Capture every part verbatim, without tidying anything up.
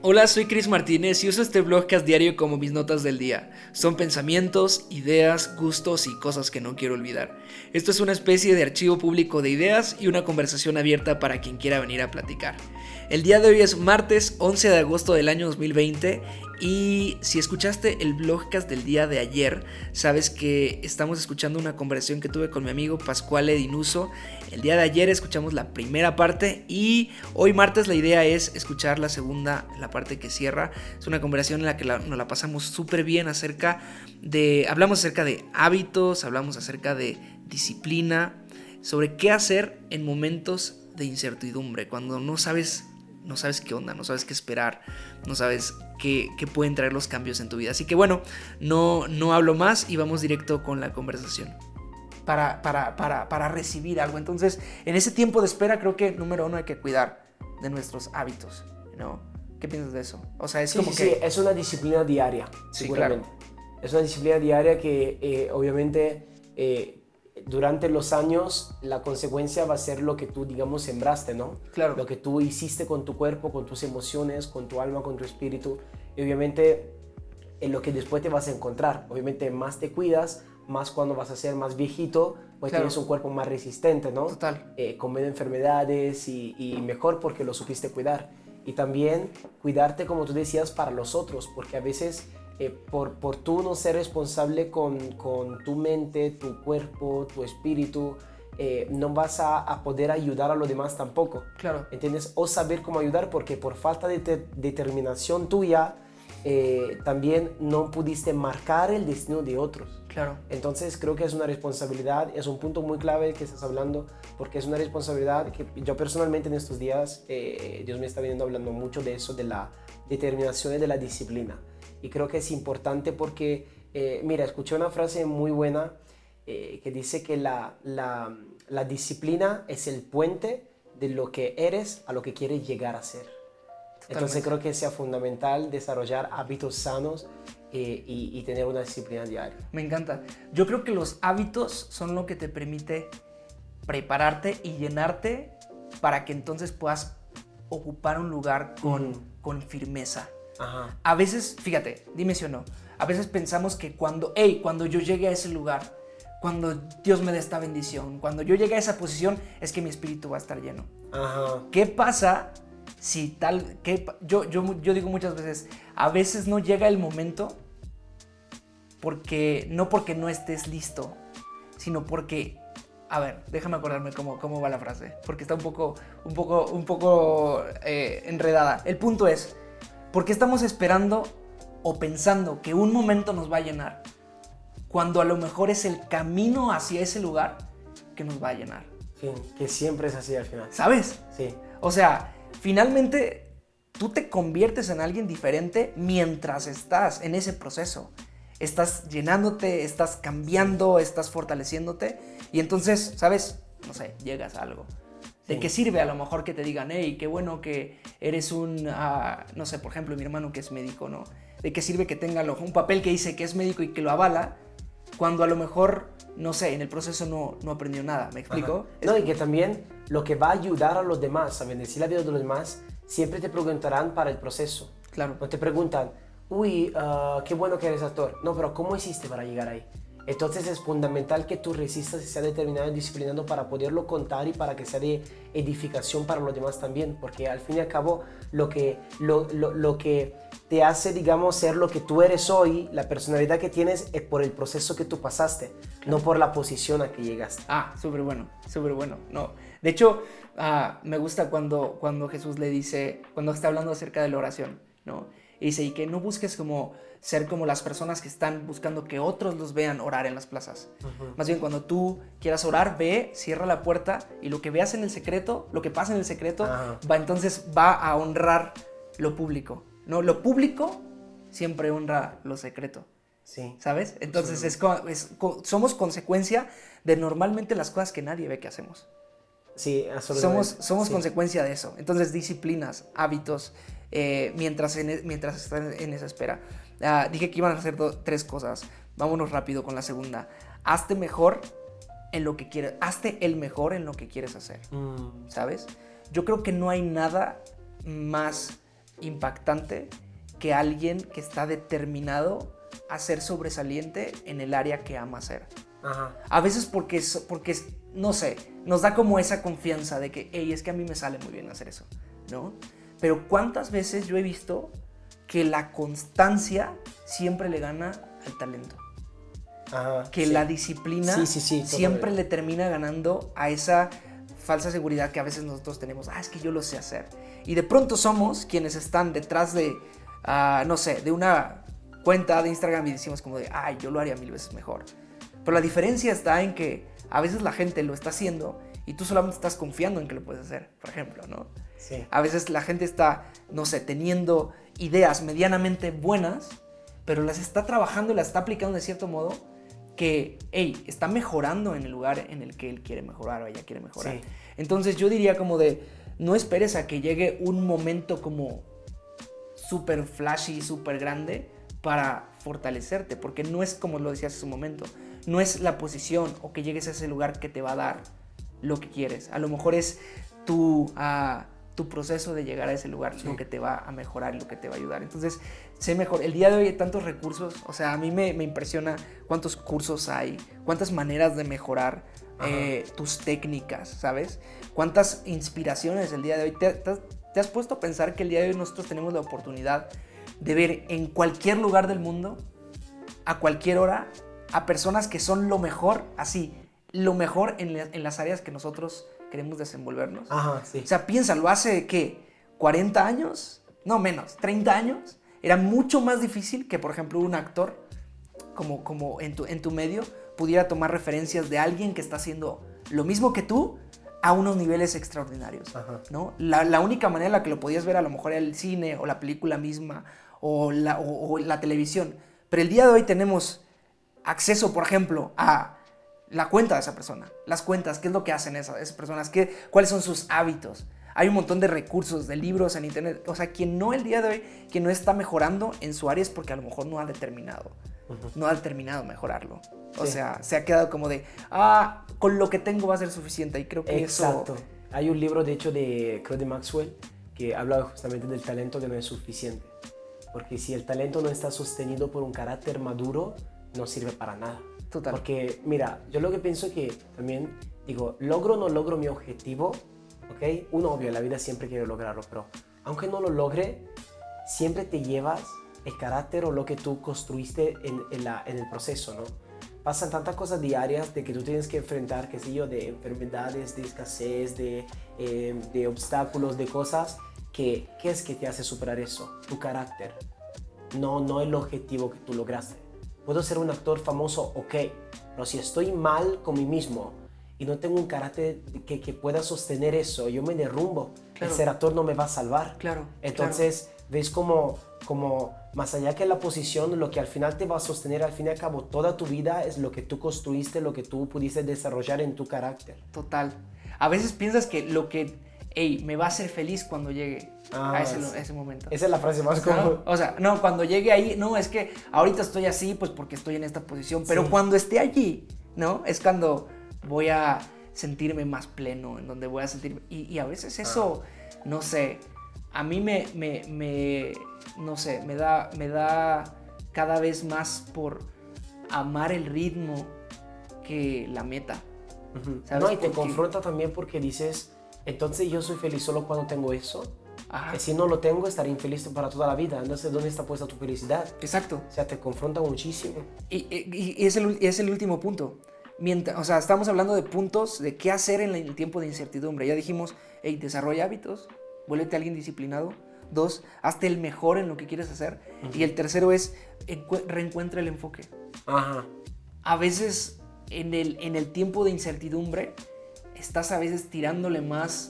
Hola, soy Chris Martínez y uso este blogcast diario como mis notas del día. Son pensamientos, ideas, gustos y cosas que no quiero olvidar. Esto es una especie de archivo público de ideas y una conversación abierta para quien quiera venir a platicar. El día de hoy es martes once de agosto del año dos mil veinte y si escuchaste el blogcast del día de ayer, sabes que estamos escuchando una conversación que tuve con mi amigo Pascual Edinuso. El día de ayer escuchamos la primera parte y hoy martes la idea es escuchar la segunda, la parte que cierra. Es una conversación en la que la, nos la pasamos súper bien acerca de, hablamos acerca de hábitos, hablamos acerca de disciplina, sobre qué hacer en momentos de incertidumbre, cuando no sabes, no sabes qué onda, no sabes qué esperar, no sabes qué, qué pueden traer los cambios en tu vida. Así que bueno, no, no hablo más y vamos directo con la conversación. Para, para, para, para recibir algo. Entonces, en ese tiempo de espera creo que, número uno, hay que cuidar de nuestros hábitos, ¿no? ¿Qué piensas de eso? O sea, es sí, como sí, que... Sí, es una disciplina diaria, Sí, seguramente. claro. Es una disciplina diaria que, eh, obviamente, eh, durante los años, la consecuencia va a ser lo que tú, digamos, sembraste, ¿no? Claro. Lo que tú hiciste con tu cuerpo, con tus emociones, con tu alma, con tu espíritu. Y, obviamente, en lo que después te vas a encontrar. Obviamente, más te cuidas, más cuando vas a ser más viejito, pues claro. tienes un cuerpo más resistente, ¿no? Total. Eh, con menos enfermedades y, y mejor porque lo supiste cuidar. Y también cuidarte, como tú decías, para los otros, porque a veces eh, por, por tú no ser responsable con, con tu mente, tu cuerpo, tu espíritu, eh, no vas a, a poder ayudar a los demás tampoco. Claro. ¿Entiendes? O saber cómo ayudar, porque por falta de te- determinación tuya, eh, también no pudiste marcar el destino de otros. Claro. Entonces creo que es una responsabilidad, es un punto muy clave que estás hablando, porque es una responsabilidad que yo personalmente en estos días, eh, Dios me está viniendo hablando mucho de eso, de la determinación y de la disciplina. Y creo que es importante porque, eh, mira, escuché una frase muy buena eh, que dice que la, la, la disciplina es el puente de lo que eres a lo que quieres llegar a ser. Entonces creo que sea fundamental desarrollar hábitos sanos eh, y, y tener una disciplina diaria. Me encanta. Yo creo que los hábitos son lo que te permite prepararte y llenarte para que entonces puedas ocupar un lugar con, mm. con firmeza. Ajá. A veces, fíjate, dime si o no, a veces pensamos que cuando, hey, cuando yo llegue a ese lugar, cuando Dios me dé esta bendición, cuando yo llegue a esa posición, es que mi espíritu va a estar lleno. Ajá. ¿Qué pasa si tal, que yo, yo, yo digo muchas veces, a veces no llega el momento porque, no porque no estés listo, sino porque, a ver, déjame acordarme cómo, cómo va la frase, porque está un poco, un poco, un poco eh, enredada. El punto es, ¿por qué estamos esperando o pensando que un momento nos va a llenar cuando a lo mejor es el camino hacia ese lugar que nos va a llenar? Sí, que siempre es así al final. ¿Sabes? Sí. O sea, finalmente tú te conviertes en alguien diferente mientras estás en ese proceso. Estás llenándote, estás cambiando, estás fortaleciéndote y entonces, ¿sabes? No sé, llegas a algo. ¿De sí. qué sirve a lo mejor que te digan, hey, qué bueno que eres un, uh, no sé, por ejemplo, mi hermano que es médico, ¿no? ¿De qué sirve que tenga un papel que dice que es médico y que lo avala cuando a lo mejor, no sé, en el proceso no, no aprendió nada? ¿Me explico? No, es... y que también lo que va a ayudar a los demás, a bendecir la vida de los demás, siempre te preguntarán para el proceso. Claro. No te preguntan, uy, uh, qué bueno que eres actor. No, pero ¿cómo hiciste para llegar ahí? Entonces es fundamental que tú resistas y seas determinado y disciplinado para poderlo contar y para que sea de edificación para los demás también, porque al fin y al cabo lo que, lo, lo, lo que te hace, digamos, ser lo que tú eres hoy, la personalidad que tienes, es por el proceso que tú pasaste, claro. No por la posición a que llegaste. Ah, súper bueno, súper bueno. No. De hecho, uh, me gusta cuando, cuando Jesús le dice, cuando está hablando acerca de la oración, ¿no? Y dice, y que no busques como ser como las personas que están buscando que otros los vean orar en las plazas. Uh-huh. Más bien, cuando tú quieras orar, ve, cierra la puerta y lo que veas en el secreto, lo que pasa en el secreto, uh-huh. va entonces va a honrar lo público. No, lo público siempre honra lo secreto. Sí. ¿Sabes? Entonces sí. es, es, somos consecuencia de normalmente las cosas que nadie ve que hacemos. Sí, absolutamente. Somos, somos sí. consecuencia de eso. Entonces, disciplinas, hábitos, eh, mientras, en, mientras están en esa espera. Uh, dije que iban a hacer do, tres cosas. Vámonos rápido con la segunda. Hazte mejor en lo que quieres. Hazte el mejor en lo que quieres hacer. Mm. ¿Sabes? Yo creo que no hay nada más impactante que alguien que está determinado a ser sobresaliente en el área que ama hacer. Ajá. A veces porque, porque, no sé, nos da como esa confianza de que, hey, es que a mí me sale muy bien hacer eso, ¿no? Pero ¿cuántas veces yo he visto que la constancia siempre le gana al talento? Ajá, que sí. la disciplina sí, sí, sí, siempre le termina ganando a esa falsa seguridad que a veces nosotros tenemos. Ah, es que yo lo sé hacer. Y de pronto somos quienes están detrás de, uh, no sé, de una cuenta de Instagram y decimos como de, ay, yo lo haría mil veces mejor. Pero la diferencia está en que a veces la gente lo está haciendo y tú solamente estás confiando en que lo puedes hacer, por ejemplo, ¿no? Sí. A veces la gente está, no sé, teniendo ideas medianamente buenas, pero las está trabajando y las está aplicando de cierto modo que, hey, está mejorando en el lugar en el que él quiere mejorar o ella quiere mejorar. Sí. Entonces yo diría como de, no esperes a que llegue un momento como súper flashy, súper grande para fortalecerte, porque no es como lo decías hace un momento, no es la posición o que llegues a ese lugar que te va a dar lo que quieres. A lo mejor es tu, uh, tu proceso de llegar a ese lugar, sí, lo que te va a mejorar y lo que te va a ayudar. Entonces, sé mejor. El día de hoy hay tantos recursos, o sea, a mí me, me impresiona cuántos cursos hay, cuántas maneras de mejorar eh, tus técnicas, ¿sabes? Cuántas inspiraciones el día de hoy. ¿Te, te, te has puesto a pensar que el día de hoy nosotros tenemos la oportunidad de ver en cualquier lugar del mundo, a cualquier hora, a personas que son lo mejor, así, lo mejor en, la, en las áreas que nosotros queremos desenvolvernos? Ajá, sí. O sea, piénsalo, hace, ¿qué? ¿cuarenta años? No, menos, ¿treinta años? Era mucho más difícil que, por ejemplo, un actor como, como en, tu, en tu medio pudiera tomar referencias de alguien que está haciendo lo mismo que tú a unos niveles extraordinarios, ¿no? La, la única manera en la que lo podías ver a lo mejor era el cine o la película misma o la, o, o la televisión. Pero el día de hoy tenemos acceso, por ejemplo, a la cuenta de esa persona, las cuentas, qué es lo que hacen esas, esas personas, qué, cuáles son sus hábitos. Hay un montón de recursos, de libros en internet. O sea, quien no el día de hoy, quien no está mejorando en su área es porque a lo mejor no ha determinado, uh-huh. no ha determinado mejorarlo. O sí. sea, se ha quedado como de, ah, con lo que tengo va a ser suficiente. Y creo que Exacto. eso... Hay un libro, de hecho, de, creo de Maxwell, que habla justamente del talento que no es suficiente. Porque si el talento no está sostenido por un carácter maduro, no sirve para nada. Total. Porque, mira, yo lo que pienso que también, digo, logro o no logro mi objetivo, ¿ok? Uno, obvio, en la vida siempre quiere lograrlo, pero aunque no lo logre, siempre te llevas el carácter o lo que tú construiste en, en, la, en el proceso, ¿no? Pasan tantas cosas diarias de que tú tienes que enfrentar, qué sé yo, de enfermedades, de escasez, de, eh, de obstáculos, de cosas, que, ¿qué es que te hace superar eso? Tu carácter, no, no el objetivo que tú lograste. Puedo ser un actor famoso, ok, pero si estoy mal con mí mismo y no tengo un carácter que, que pueda sostener eso, yo me derrumbo. Claro. El ser actor no me va a salvar. Claro. Entonces, claro. ves como, como más allá que la posición, lo que al final te va a sostener, al fin y al cabo, toda tu vida es lo que tú construiste, lo que tú pudiste desarrollar en tu carácter. Total. A veces piensas que lo que, hey, me va a hacer feliz cuando llegue ah, a, ese, a ese momento. Esa es la frase más común. ¿No? O sea, no, cuando llegue ahí, no, es que ahorita estoy así, pues porque estoy en esta posición, pero sí. cuando esté allí, ¿no? Es cuando voy a sentirme más pleno, en donde voy a sentirme... Y, y a veces eso, ah. no sé, a mí me, me, me, no sé, me da, me da cada vez más por amar el ritmo que la meta. Uh-huh. ¿Sabes? No, y te porque... confronta también porque dices, entonces yo soy feliz solo cuando tengo eso. Ajá. Si no lo tengo, estaré infeliz para toda la vida. Entonces, ¿dónde está puesta tu felicidad? Exacto. O sea, te confronta muchísimo. Y, y, y es, el, es el último punto. Mientras, o sea, estamos hablando de puntos de qué hacer en el tiempo de incertidumbre. Ya dijimos, hey, desarrolla hábitos, vuélvete alguien disciplinado. Dos, hazte el mejor en lo que quieres hacer. Uh-huh. Y el tercero es, reencuentra el enfoque. Ajá. A veces, en el, en el tiempo de incertidumbre, estás a veces tirándole más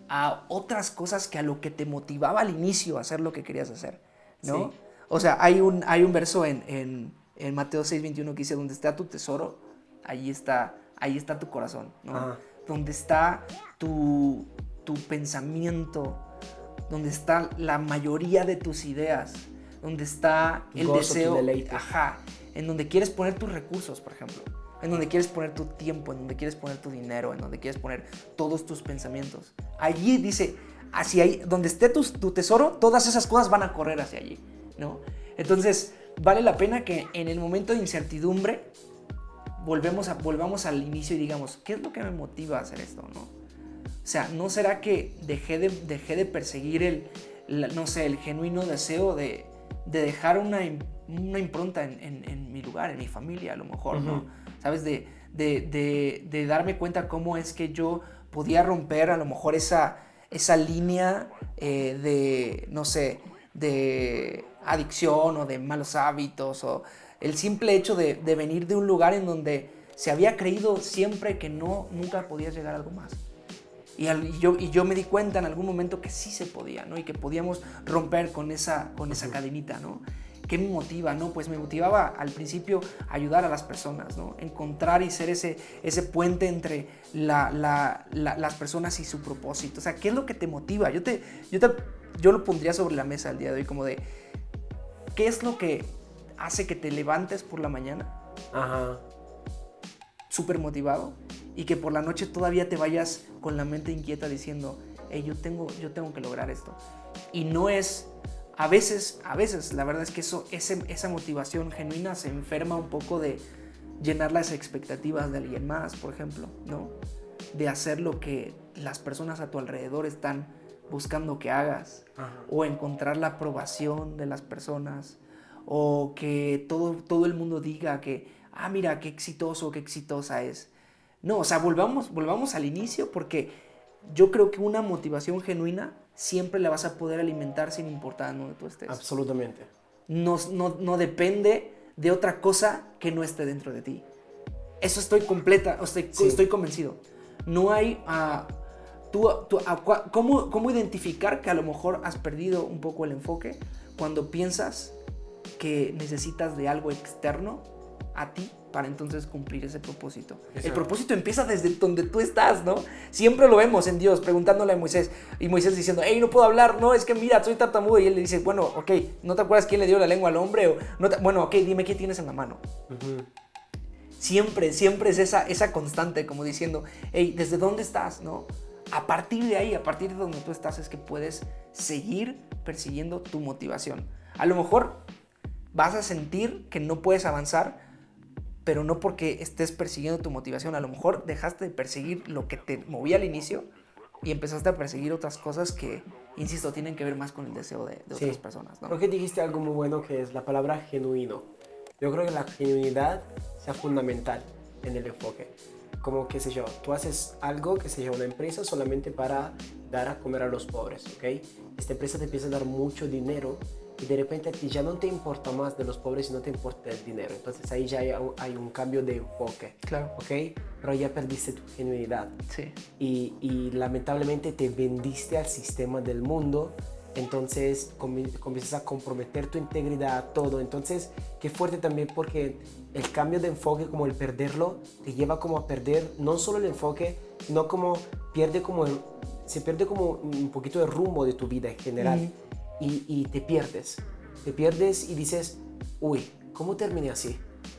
a otras cosas que a lo que te motivaba al inicio a hacer lo que querías hacer, ¿no? Sí. O sea, hay un, hay un verso en, en, en Mateo seis veintiuno que dice, donde está tu tesoro, ahí está, ahí está tu corazón, ¿no? Ah. Donde está tu, tu pensamiento, donde está la mayoría de tus ideas, donde está el Gozo, deseo, tu deleite. Ajá, en donde quieres poner tus recursos, por ejemplo. En donde quieres poner tu tiempo, en donde quieres poner tu dinero, en donde quieres poner todos tus pensamientos. Allí dice, hacia ahí, donde esté tu, tu tesoro, todas esas cosas van a correr hacia allí, ¿no? Entonces, vale la pena que en el momento de incertidumbre volvemos a, volvamos al inicio y digamos, ¿qué es lo que me motiva a hacer esto, no? O sea, ¿no será que dejé de, dejé de perseguir el, la, no sé, el genuino deseo de, de dejar una, una impronta en, en, en mi lugar, en mi familia, a lo mejor, uh-huh. ¿no? ¿Sabes? De, de, de, de darme cuenta cómo es que yo podía romper a lo mejor esa, esa línea eh, de, no sé, de adicción o de malos hábitos, o el simple hecho de, de venir de un lugar en donde se había creído siempre que no, nunca podías llegar a algo más. Y, al, y, yo, y yo me di cuenta en algún momento que sí se podía, ¿no? Y que podíamos romper con esa, con esa cadenita, ¿no? ¿Qué me motiva, no? Pues me motivaba al principio ayudar a las personas, ¿no? Encontrar y ser ese, ese puente entre la, la, la, las personas y su propósito. O sea, ¿qué es lo que te motiva? Yo, te, yo, te, yo lo pondría sobre la mesa el día de hoy como de, ¿qué es lo que hace que te levantes por la mañana? Ajá. Súper motivado, y que por la noche todavía te vayas con la mente inquieta diciendo, hey, yo tengo, yo tengo que lograr esto. Y no es, a veces, a veces, la verdad es que eso, ese, esa motivación genuina se enferma un poco de llenar las expectativas de alguien más, por ejemplo, ¿no? De hacer lo que las personas a tu alrededor están buscando que hagas. Ajá. O encontrar la aprobación de las personas, o que todo, todo el mundo diga que ah, mira, qué exitoso, qué exitosa es. No, o sea, volvamos, volvamos al inicio, porque yo creo que una motivación genuina siempre la vas a poder alimentar sin importar dónde tú estés. Absolutamente. No, no, no depende de otra cosa que no esté dentro de ti. Eso estoy completa, estoy, sí. estoy convencido. No hay... Uh, tú, tú, uh, ¿cómo, ¿Cómo identificar que a lo mejor has perdido un poco el enfoque cuando piensas que necesitas de algo externo a ti para entonces cumplir ese propósito? Exacto. El propósito empieza desde donde tú estás, ¿no? Siempre lo vemos en Dios, preguntándole a Moisés, y Moisés diciendo, hey, no puedo hablar, no, es que mira, soy tartamudo, y él le dice, bueno, ok, ¿no te acuerdas quién le dio la lengua al hombre? O, no te, bueno, ok, dime qué tienes en la mano. Uh-huh. Siempre, siempre es esa, esa constante, como diciendo, hey, ¿desde dónde estás, no? A partir de ahí, a partir de donde tú estás, es que puedes seguir persiguiendo tu motivación. A lo mejor vas a sentir que no puedes avanzar, pero no porque estés persiguiendo tu motivación. A lo mejor dejaste de perseguir lo que te movía al inicio y empezaste a perseguir otras cosas que, insisto, tienen que ver más con el deseo de, de sí. otras personas, ¿no? Creo que dijiste algo muy bueno, que es la palabra genuino. Yo creo que la genuinidad sea fundamental en el enfoque. Como, qué sé yo, tú haces algo, qué sé yo, una empresa solamente para dar a comer a los pobres, ¿ok? Esta empresa te empieza a dar mucho dinero y de repente a ti ya no te importa más de los pobres, sino te importa el dinero. Entonces ahí ya hay, hay un cambio de enfoque. Claro. ¿Ok? Pero ya perdiste tu genuinidad. Sí. Y, y lamentablemente te vendiste al sistema del mundo. Entonces com- comienzas a comprometer tu integridad, todo. Entonces, qué fuerte también, porque el cambio de enfoque, como el perderlo, te lleva como a perder no solo el enfoque, sino como pierde como el, se pierde como un poquito de rumbo de tu vida en general. Mm. Y, y te pierdes, te pierdes y dices, uy, ¿cómo terminé así?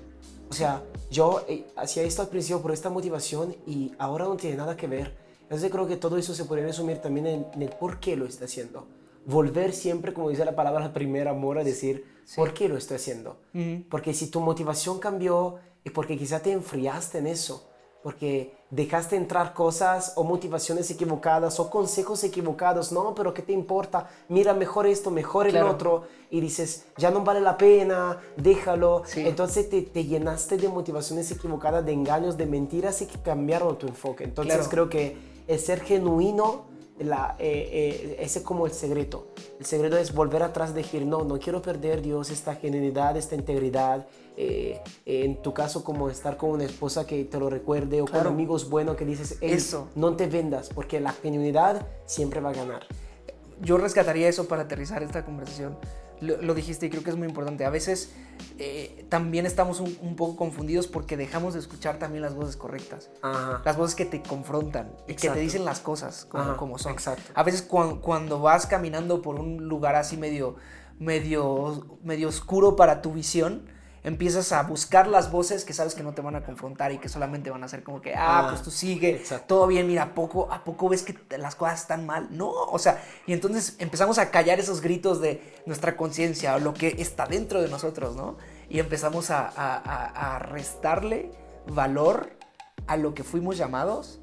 O sea, yo eh, hacía esto al principio por esta motivación y ahora no tiene nada que ver. Entonces creo que todo eso se puede resumir también en, en el por qué lo está haciendo. Volver siempre, como dice la palabra, primer amor, a decir, sí. ¿por qué lo estoy haciendo? Uh-huh. Porque si tu motivación cambió es porque quizá te enfriaste en eso. Porque dejaste entrar cosas o motivaciones equivocadas o consejos equivocados. No, pero ¿qué te importa? Mira, mejor esto, mejor el claro. otro. Y dices, ya no vale la pena, déjalo. Sí. Entonces te, te llenaste de motivaciones equivocadas, de engaños, de mentiras y que cambiaron tu enfoque. Entonces claro. creo que el ser genuino, la, eh, eh, ese es como el secreto. El secreto es volver atrás, decir, no, no quiero perder, Dios, esta genuinidad, esta integridad. Eh, eh, en tu caso, como estar con una esposa que te lo recuerde, o claro. con amigos buenos que dices, eso, no te vendas, porque la genuinidad siempre va a ganar. Yo rescataría eso para aterrizar esta conversación. Lo, lo dijiste y creo que es muy importante. A veces eh, también estamos un, un poco confundidos porque dejamos de escuchar también las voces correctas. Ajá. Las voces que te confrontan y Exacto. que te dicen las cosas como, como son. Exacto. A veces cu- cuando vas caminando por un lugar así medio, medio, medio oscuro para tu visión, empiezas a buscar las voces que sabes que no te van a confrontar y que solamente van a ser como que, ah, Ah, pues tú sigue, exacto. todo bien, mira, ¿a poco, ¿a poco ves que te- las cosas están mal? No, o sea, y entonces empezamos a callar esos gritos de nuestra conciencia o lo que está dentro de nosotros, ¿no? Y empezamos a, a, a, a restarle valor a lo que fuimos llamados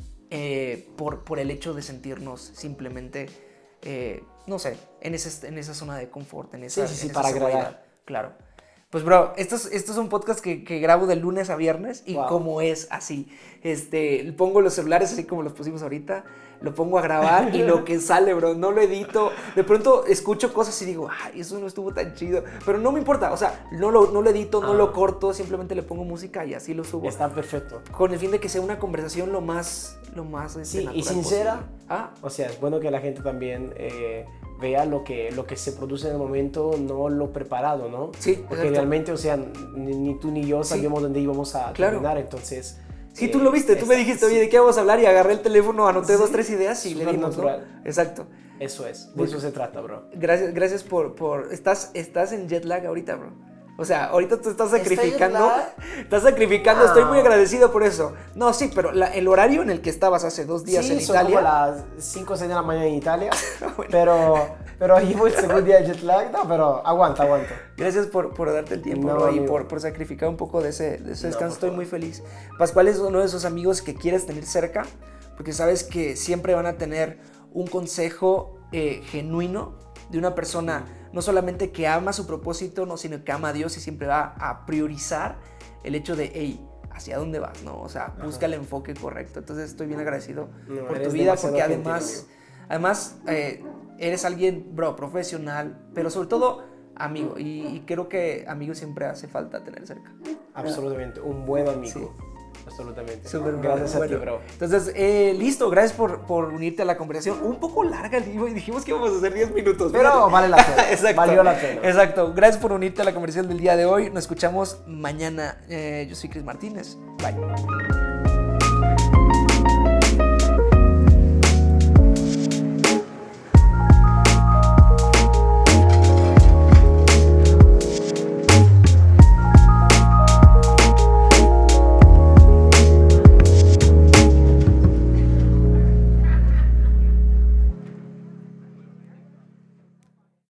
eh, por, por el hecho de sentirnos simplemente, eh, no sé, en, ese, en esa zona de confort, en esa, Sí, sí, sí, en esa para seguridad. agradar. Claro. Pues, bro, esto es, esto es un podcast que, que grabo de lunes a viernes y Wow. como es así, este, pongo los celulares así como los pusimos ahorita, lo pongo a grabar y lo que sale, bro, no lo edito. De pronto escucho cosas y digo, ay, eso no estuvo tan chido, pero no me importa, o sea, no lo, no lo edito, no Ah. lo corto, simplemente le pongo música y así lo subo. Está perfecto. Con el fin de que sea una conversación lo más, lo más este, Sí, y natural sincera. posible. Ah, O sea, es bueno que la gente también eh, vea lo que, lo que se produce en el momento, no lo preparado, ¿no? Sí, Porque exacto. realmente, o sea, ni, ni tú ni yo Sí. sabíamos dónde íbamos a Claro. terminar, entonces... sí, eh, tú lo viste, tú me está- dijiste, oye, sí, ¿de qué vamos a hablar? Y agarré el teléfono, anoté Sí, dos, tres ideas y le súper dimos, ¿no? natural. Exacto. Eso es, de Pues- eso se trata, bro. Gracias, gracias por, por... Estás, estás en jet lag ahorita, bro. O sea, ahorita tú estás ¿Estoy sacrificando. jet lag? Estás sacrificando, Ah. estoy muy agradecido por eso. No, sí, pero la- el horario en el que estabas hace dos días Sí, en son Italia. como las cinco o seis de la mañana en Italia, pero, pero ahí fue el segundo día de jet lag, no, pero aguanta, aguanta. Gracias por, por darte el tiempo, No, bro, y amigo. por, por sacrificar un poco de ese, de ese No, descanso. por Estoy favor. muy feliz. Pascual es uno de esos amigos que quieres tener cerca, porque sabes que siempre van a tener un consejo eh, genuino de una persona, no solamente que ama su propósito, no, sino que ama a Dios y siempre va a priorizar el hecho de, hey, ¿hacia dónde vas? ¿No? O sea, busca el enfoque correcto. Entonces estoy bien agradecido No, por tu eres vida, demasiado porque gentil, además, amigo. además eh, eres alguien, bro, profesional, pero sobre todo amigo. Y, y creo que amigo siempre hace falta tener cerca. Absolutamente, un buen amigo. Sí. Absolutamente. Súper Gracias bueno. a ti, bro. Entonces, eh, listo, gracias por, por unirte a la conversación. Un poco larga, digo, y dijimos que íbamos a hacer diez minutos. Pero fíjate. vale la pena. Exacto. Valió la pena. Exacto. Gracias por unirte a la conversación del día de hoy. Nos escuchamos mañana. Eh, yo soy Chris Martínez. Bye.